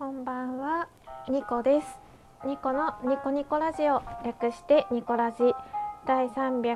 こんばんは、ニコです。ニコのニコニコラジオ、略してニコラジ第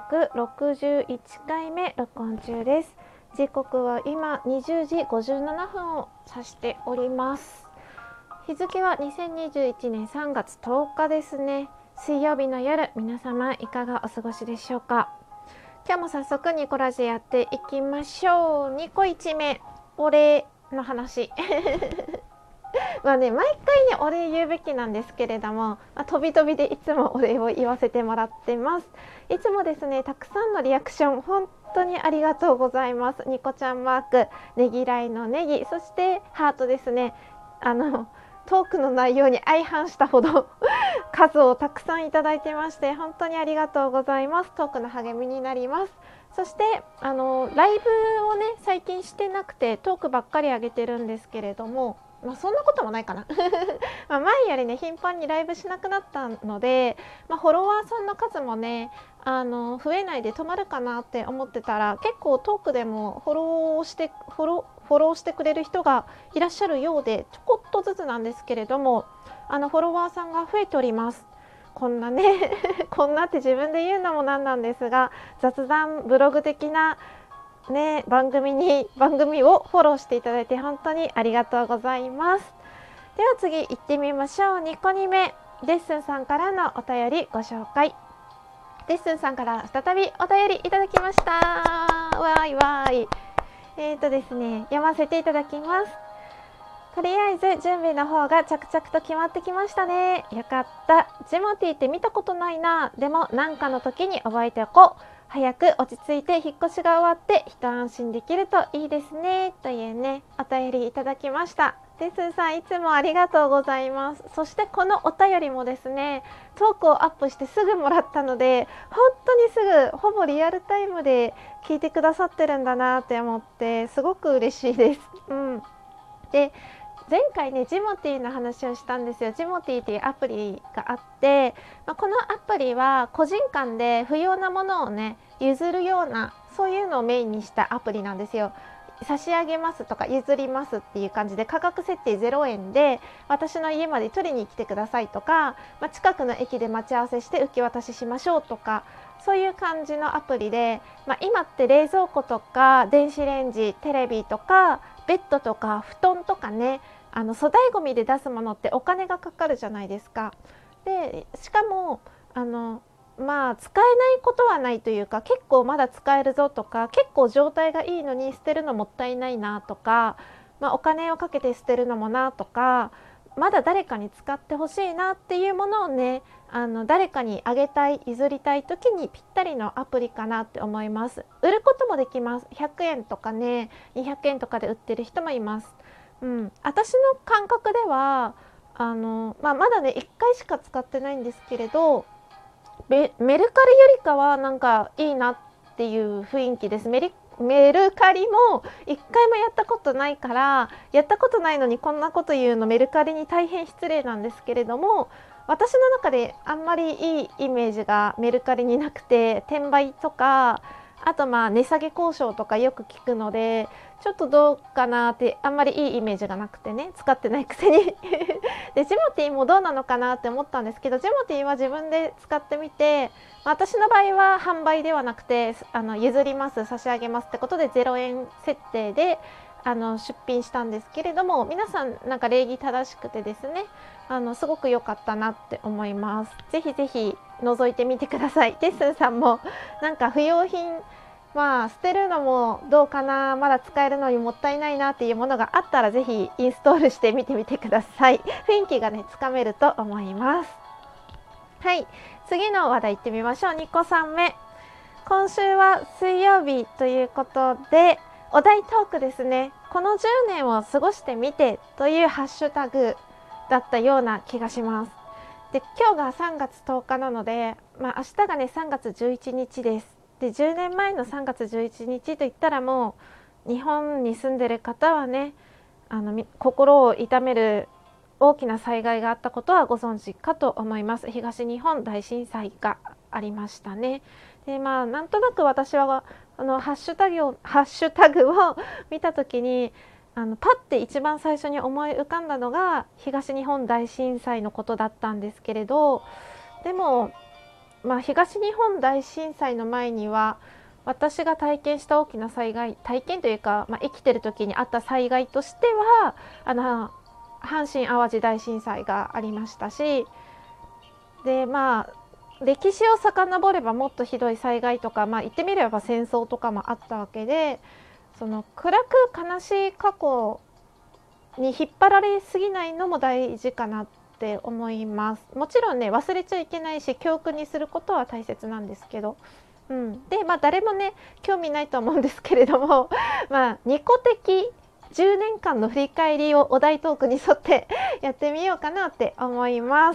361回目録音中です。時刻は今20時57分を指しております。日付は2021年3月10日ですね。水曜日の夜、皆様いかがお過ごしでしょうか。今日も早速ニコラジやっていきましょう。ニコ1名お礼の話まあね、毎回ねお礼言うべきなんですけれども、飛び飛びでいつもお礼を言わせてもらってます。いつもですね、たくさんのリアクション本当にありがとうございます。ニコちゃんマーク、ねぎらいのネギ、そしてハートですね。トークの内容に相反したほど数をたくさんいただいてまして、本当にありがとうございます。トークの励みになります。そしてライブをね最近してなくてトークばっかり上げてるんですけれども、そんなこともないかな前よりね頻繁にライブしなくなったので、フォロワーさんの数もね増えないで止まるかなって思ってたら、結構トークでもフォローしてくれる人がいらっしゃるようで、ちょこっとずつなんですけれどもフォロワーさんが増えております。こんなねこんなって自分で言うのもなんなんですが、雑談ブログ的なね、番組をフォローしていただいて本当にありがとうございます。では次行ってみましょう。2個2目、レッスンさんからのお便りご紹介。レッスンさんから再びお便りいただきました。わーいわーい。ですね、読ませていただきます。とりあえず準備の方が着々と決まってきましたね。よかった。ジモティーって見たことないな。でも何かの時に覚えておこう。早く落ち着いて引っ越しが終わって一安心できるといいですね。というね、お便りいただきました。レッスンさんいつもありがとうございます。そしてこのお便りもですね、トークをアップしてすぐもらったので、本当にすぐほぼリアルタイムで聞いてくださってるんだなって思ってすごく嬉しいです。で前回ねジモティーの話をしたんですよ。ジモティーっていうアプリがあって、このアプリは個人間で不要なものをね譲るような、そういうのをメインにしたアプリなんですよ。差し上げますとか譲りますっていう感じで、価格設定0円で私の家まで取りに来てくださいとか、近くの駅で待ち合わせして受け渡ししましょうとか、そういう感じのアプリで、今って冷蔵庫とか電子レンジ、テレビとかベッドとか布団とかね、粗大ごみで出すものってお金がかかるじゃないですか。でしかも使えないことはないというか、結構まだ使えるぞとか、結構状態がいいのに捨てるのもったいないなとか、お金をかけて捨てるのもなとか、まだ誰かに使ってほしいなっていうものをね、誰かにあげたい、譲りたい時にぴったりのアプリかなって思います。売ることもできます。100円とかね200円とかで売ってる人もいます。私の感覚ではまだね1回しか使ってないんですけれど、メルカリよりかはなんかいいなっていう雰囲気です。メルカリも1回もやったことないから、やったことないのにこんなこと言うのメルカリに大変失礼なんですけれども、私の中であんまりいいイメージがメルカリになくて、転売とかあと値下げ交渉とかよく聞くので、ちょっとどうかなってあんまりいいイメージがなくてね、使ってないくせにでジモティーもどうなのかなって思ったんですけど、ジモティーは自分で使ってみて、私の場合は販売ではなくて譲ります、差し上げますってことで0円設定で出品したんですけれども、皆さんなんか礼儀正しくてですね、すごく良かったなって思います。ぜひぜひ覗いてみてください。レッスンさんもなんか不要品捨てるのもどうかな、まだ使えるのにもったいないなっていうものがあったら、ぜひインストールしてみてみてください。雰囲気がねつかめると思います。はい、次の話題いってみましょう。2個3目、今週は水曜日ということでお題トークですね。この10年を過ごしてみてというハッシュタグだったような気がします。で今日が3月10日なので、明日がね3月11日です。で10年前の3月11日といったら、もう日本に住んでる方はね心を痛める大きな災害があったことはご存知かと思います。東日本大震災がありましたね。でなんとなく私はハッシュタグを見た時にパッて一番最初に思い浮かんだのが東日本大震災のことだったんですけれど、でも、東日本大震災の前には私が体験した大きな災害、体験というか、生きてる時にあった災害としては阪神・淡路大震災がありましたし、で歴史を遡ればもっとひどい災害とか、言ってみれば戦争とかもあったわけで、その暗く悲しい過去に引っ張られすぎないのも大事かなって思います。もちろんね、忘れちゃいけないし教訓にすることは大切なんですけど、で誰もね興味ないと思うんですけれどもニコ的10年間の振り返りをお題トークに沿ってやってみようかなって思います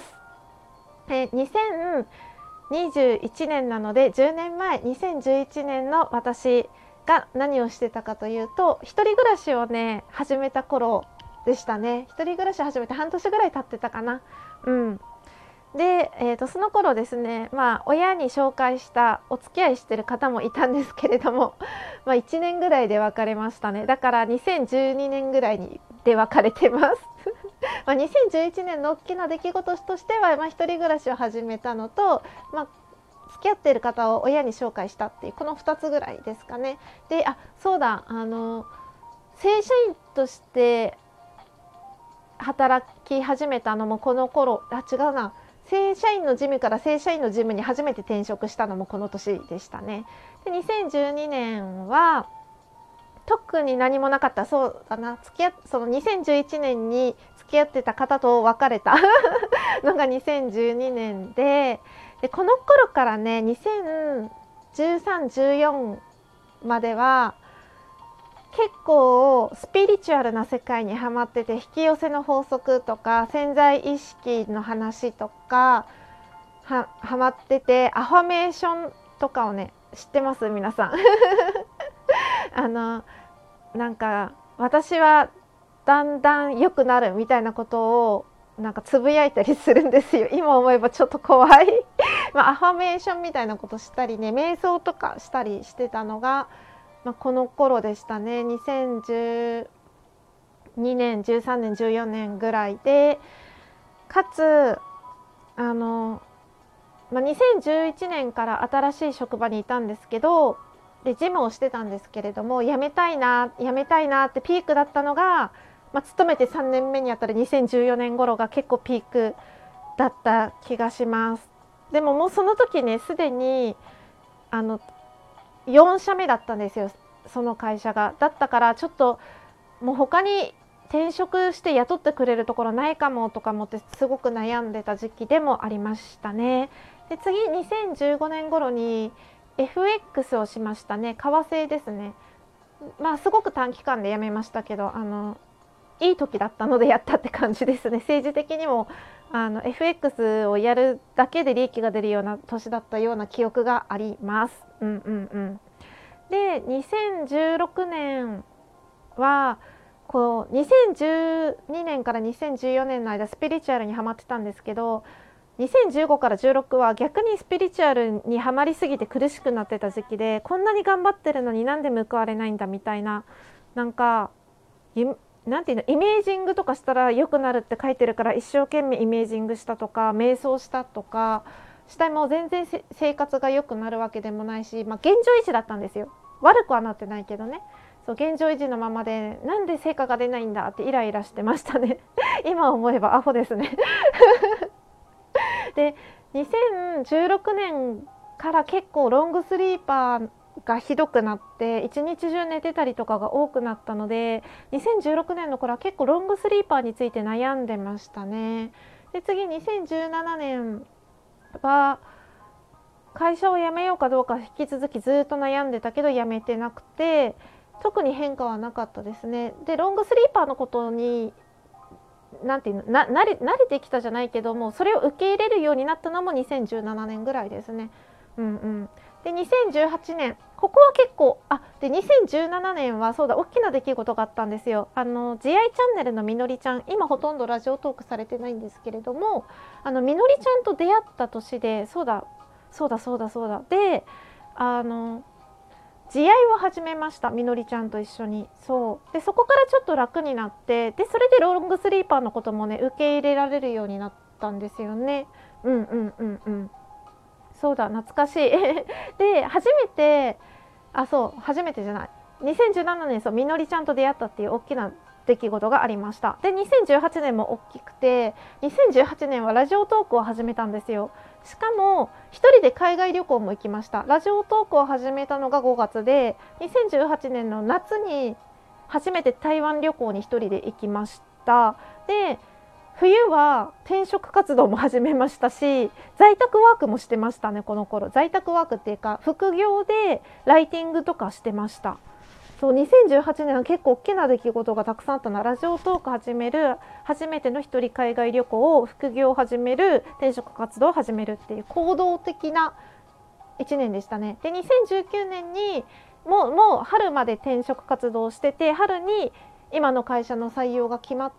。2021年なので10年前、2011年の私が何をしてたかというと、一人暮らしをね始めた頃でしたね。一人暮らし始めて半年ぐらい経ってたかな。で、その頃ですね、親に紹介したお付き合いしてる方もいたんですけれども、1年ぐらいで別れましたね。だから2012年ぐらいで別れてます2011年の大きな出来事としては、一人暮らしを始めたのと、付き合っている方を親に紹介したっていうこの2つぐらいですかね。で、そうだ、正社員として働き始めたのもこの頃、違うな、正社員の事務から正社員の事務に初めて転職したのもこの年でしたね。で、2012年は特に何もなかった。そうだな、その2011年に付き合ってた方と別れたのが2012年で、この頃からね、2013、14までは結構スピリチュアルな世界にハマってて、引き寄せの法則とか潜在意識の話とかハマってて、アファメーションとかをね、知ってます皆さんなんか私はだんだん良くなるみたいなことをなんかつぶやいたりするんですよ。今思えばちょっと怖いアファメーションみたいなことしたりね、瞑想とかしたりしてたのが、この頃でしたね。2012年、13年、14年ぐらいで、かつ2011年から新しい職場にいたんですけど、で事務をしてたんですけれども、辞めたいなってピークだったのが、勤めて3年目にあたる2014年頃が結構ピークだった気がします。でももうその時ね、すでに4社目だったんですよ、その会社が。だったからちょっともう他に転職して雇ってくれるところないかもとか思ってすごく悩んでた時期でもありましたね。で、次2015年頃に FX をしましたね。為替ですね。すごく短期間で辞めましたけど、いい時だったのでやったって感じですね。政治的にもFX をやるだけで利益が出るような年だったような記憶があります。で、2016年はこう2012年から2014年の間スピリチュアルにハマってたんですけど、2015から16は逆にスピリチュアルにハマりすぎて苦しくなってた時期で、こんなに頑張ってるのになんで報われないんだみたいな、なんかなんていうの、イメージングとかしたら良くなるって書いてるから一生懸命イメージングしたとか瞑想したとかしたも全然生活が良くなるわけでもないし、現状維持だったんですよ。悪くはなってないけどね。そう、現状維持のままでなんで成果が出ないんだってイライラしてましたね今思えばアホですねで、2016年から結構ロングスリーパーがひどくなって一日中寝てたりとかが多くなったので、2016年の頃は結構ロングスリーパーについて悩んでましたね。で、次2017年は会社を辞めようかどうか引き続きずっと悩んでたけど辞めてなくて、特に変化はなかったですね。で、ロングスリーパーのことになんていうの、慣れてきたじゃないけども、それを受け入れるようになったのも2017年ぐらいですね。で、2018年、ここは結構で2017年はそうだ、大きな出来事があったんですよ。慈愛チャンネルのみのりちゃん、今ほとんどラジオトークされてないんですけれども、みのりちゃんと出会った年で、そうだで、 自愛を始めました、みのりちゃんと一緒に。そうでそこからちょっと楽になって、でそれでロングスリーパーのこともね受け入れられるようになったんですよね。うんうんうんうん、そうだ懐かしいで初めて、そう初めてじゃない、2017年そうみのりちゃんと出会ったっていう大きな出来事がありました。で2018年も大きくて、2018年はラジオトークを始めたんですよ。しかも一人で海外旅行も行きました。ラジオトークを始めたのが5月で、2018年の夏に初めて台湾旅行に一人で行きました。で冬は転職活動も始めましたし、在宅ワークもしてましたね。この頃在宅ワークっていうか副業でライティングとかしてました。そう2018年は結構大きな出来事がたくさんあったな。ラジオトーク始める、初めての一人海外旅行、副業を始める、転職活動を始めるっていう行動的な1年でしたね。で2019年にもう春まで転職活動をしてて、春に今の会社の採用が決まって、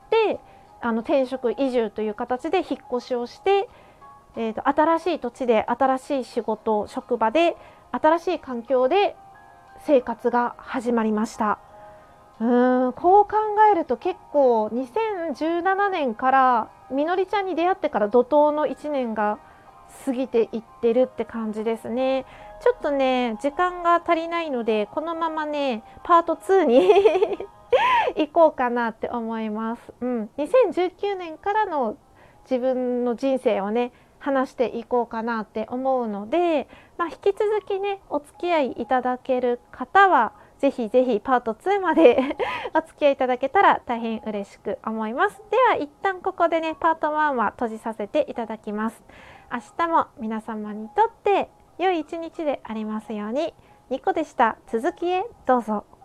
転職移住という形で引っ越しをして、新しい土地で新しい仕事、職場で新しい環境で生活が始まりました。こう考えると結構2017年からみのりちゃんに出会ってから怒涛の1年が過ぎていってるって感じですね。ちょっとね時間が足りないので、このままねパート2に行こうかなって思います。2019年からの自分の人生をね話していこうかなって思うので、引き続きねお付き合いいただける方はぜひぜひパート2までお付き合いいただけたら大変嬉しく思います。では一旦ここでねパート1は閉じさせていただきます。明日も皆様にとって良い一日でありますように。ニコでした。続きへどうぞ。